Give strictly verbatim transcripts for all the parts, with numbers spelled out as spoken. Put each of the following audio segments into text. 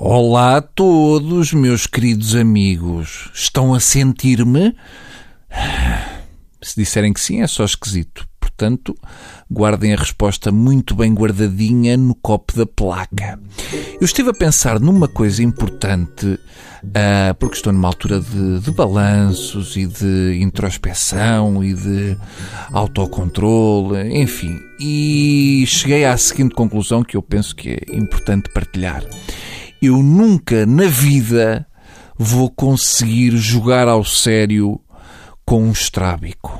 Olá a todos, meus queridos amigos. Estão a sentir-me? Se disserem que sim, é só esquisito. Portanto, guardem a resposta muito bem guardadinha no copo da placa. Eu estive a pensar numa coisa importante, uh, porque estou numa altura de, de balanços e de introspeção e de autocontrole, enfim. E cheguei à seguinte conclusão que eu penso que é importante partilhar. Eu nunca na vida vou conseguir jogar ao sério com um estrábico.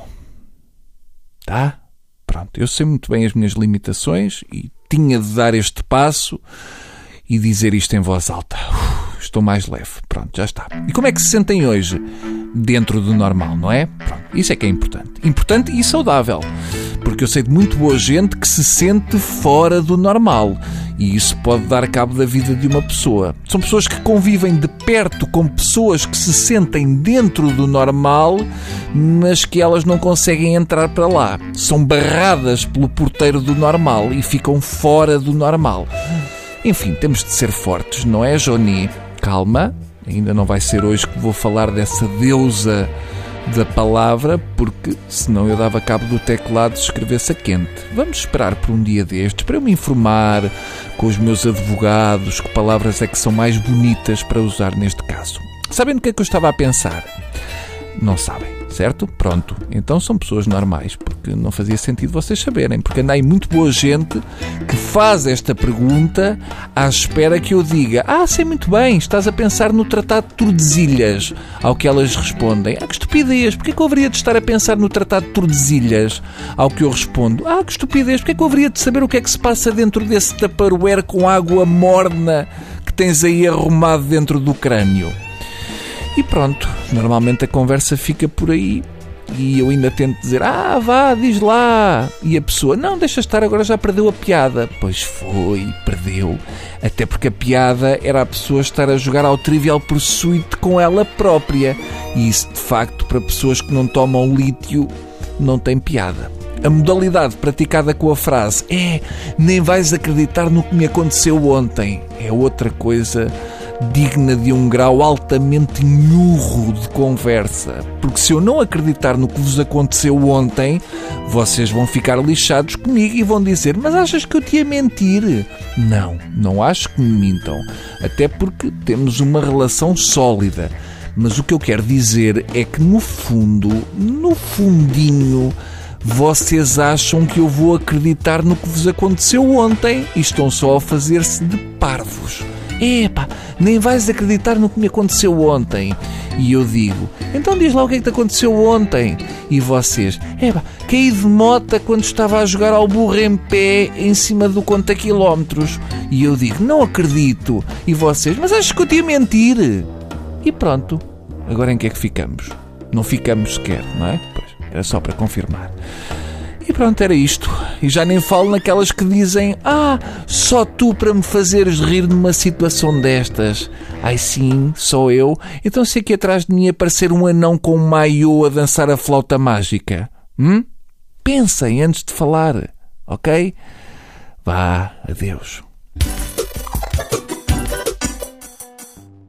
Tá? Pronto, eu sei muito bem as minhas limitações e tinha de dar este passo e dizer isto em voz alta. Uf, estou mais leve. Pronto, já está. E como é que se sentem hoje? Dentro do normal, não é? Pronto, isso é que é importante. Importante e saudável. Porque eu sei de muito boa gente que se sente fora do normal. E isso pode dar cabo da vida de uma pessoa. São pessoas que convivem de perto com pessoas que se sentem dentro do normal, mas que elas não conseguem entrar para lá. São barradas pelo porteiro do normal e ficam fora do normal. Enfim, temos de ser fortes, não é, Johnny? Calma, ainda não vai ser hoje que vou falar dessa deusa da palavra, porque senão eu dava cabo do teclado se escrevesse a quente. Vamos esperar por um dia destes para eu me informar com os meus advogados que palavras é que são mais bonitas para usar neste caso. Sabem do que é que eu estava a pensar? Não sabem, certo? Pronto, então são pessoas normais, porque não fazia sentido vocês saberem, porque anda aí muito boa gente que faz esta pergunta à espera que eu diga: ah, sei muito bem, estás a pensar no Tratado de Tordesilhas. Ao que elas respondem: ah, que estupidez, porque é que eu haveria de estar a pensar no Tratado de Tordesilhas? Ao que eu respondo: ah, que estupidez, porque é que eu haveria de saber o que é que se passa dentro desse tupperware com água morna que tens aí arrumado dentro do crânio? E pronto, normalmente a conversa fica por aí e eu ainda tento dizer: ah, vá, diz lá. E a pessoa: não, deixa estar, agora já perdeu a piada. Pois foi, perdeu. Até porque a piada era a pessoa estar a jogar ao Trivial Pursuit com ela própria. E isso, de facto, para pessoas que não tomam lítio, não tem piada. A modalidade praticada com a frase é: nem vais acreditar no que me aconteceu ontem, é outra coisa digna de um grau altamente nhurro de conversa. Porque se eu não acreditar no que vos aconteceu ontem, vocês vão ficar lixados comigo e vão dizer: mas achas que eu te ia mentir? Não, não acho que me mintam. Até porque temos uma relação sólida. Mas o que eu quero dizer é que no fundo, no fundinho, vocês acham que eu vou acreditar no que vos aconteceu ontem e estão só a fazer-se de parvos. Epá, nem vais acreditar no que me aconteceu ontem. E eu digo: então diz lá o que é que te aconteceu ontem. E vocês: epá, caí de mota quando estava a jogar ao burro em pé em cima do conta quilómetros. E eu digo: não acredito. E vocês: mas achas que eu te ia mentir? E pronto, agora em que é que ficamos? Não ficamos sequer, não é? Pois, era só para confirmar. E pronto, era isto. E já nem falo naquelas que dizem: ah, só tu para me fazeres rir numa situação destas. Ai sim, só eu. Então se aqui atrás de mim aparecer um anão com um maiô a dançar a flauta mágica. Hum? Pensem antes de falar, ok? Vá, adeus.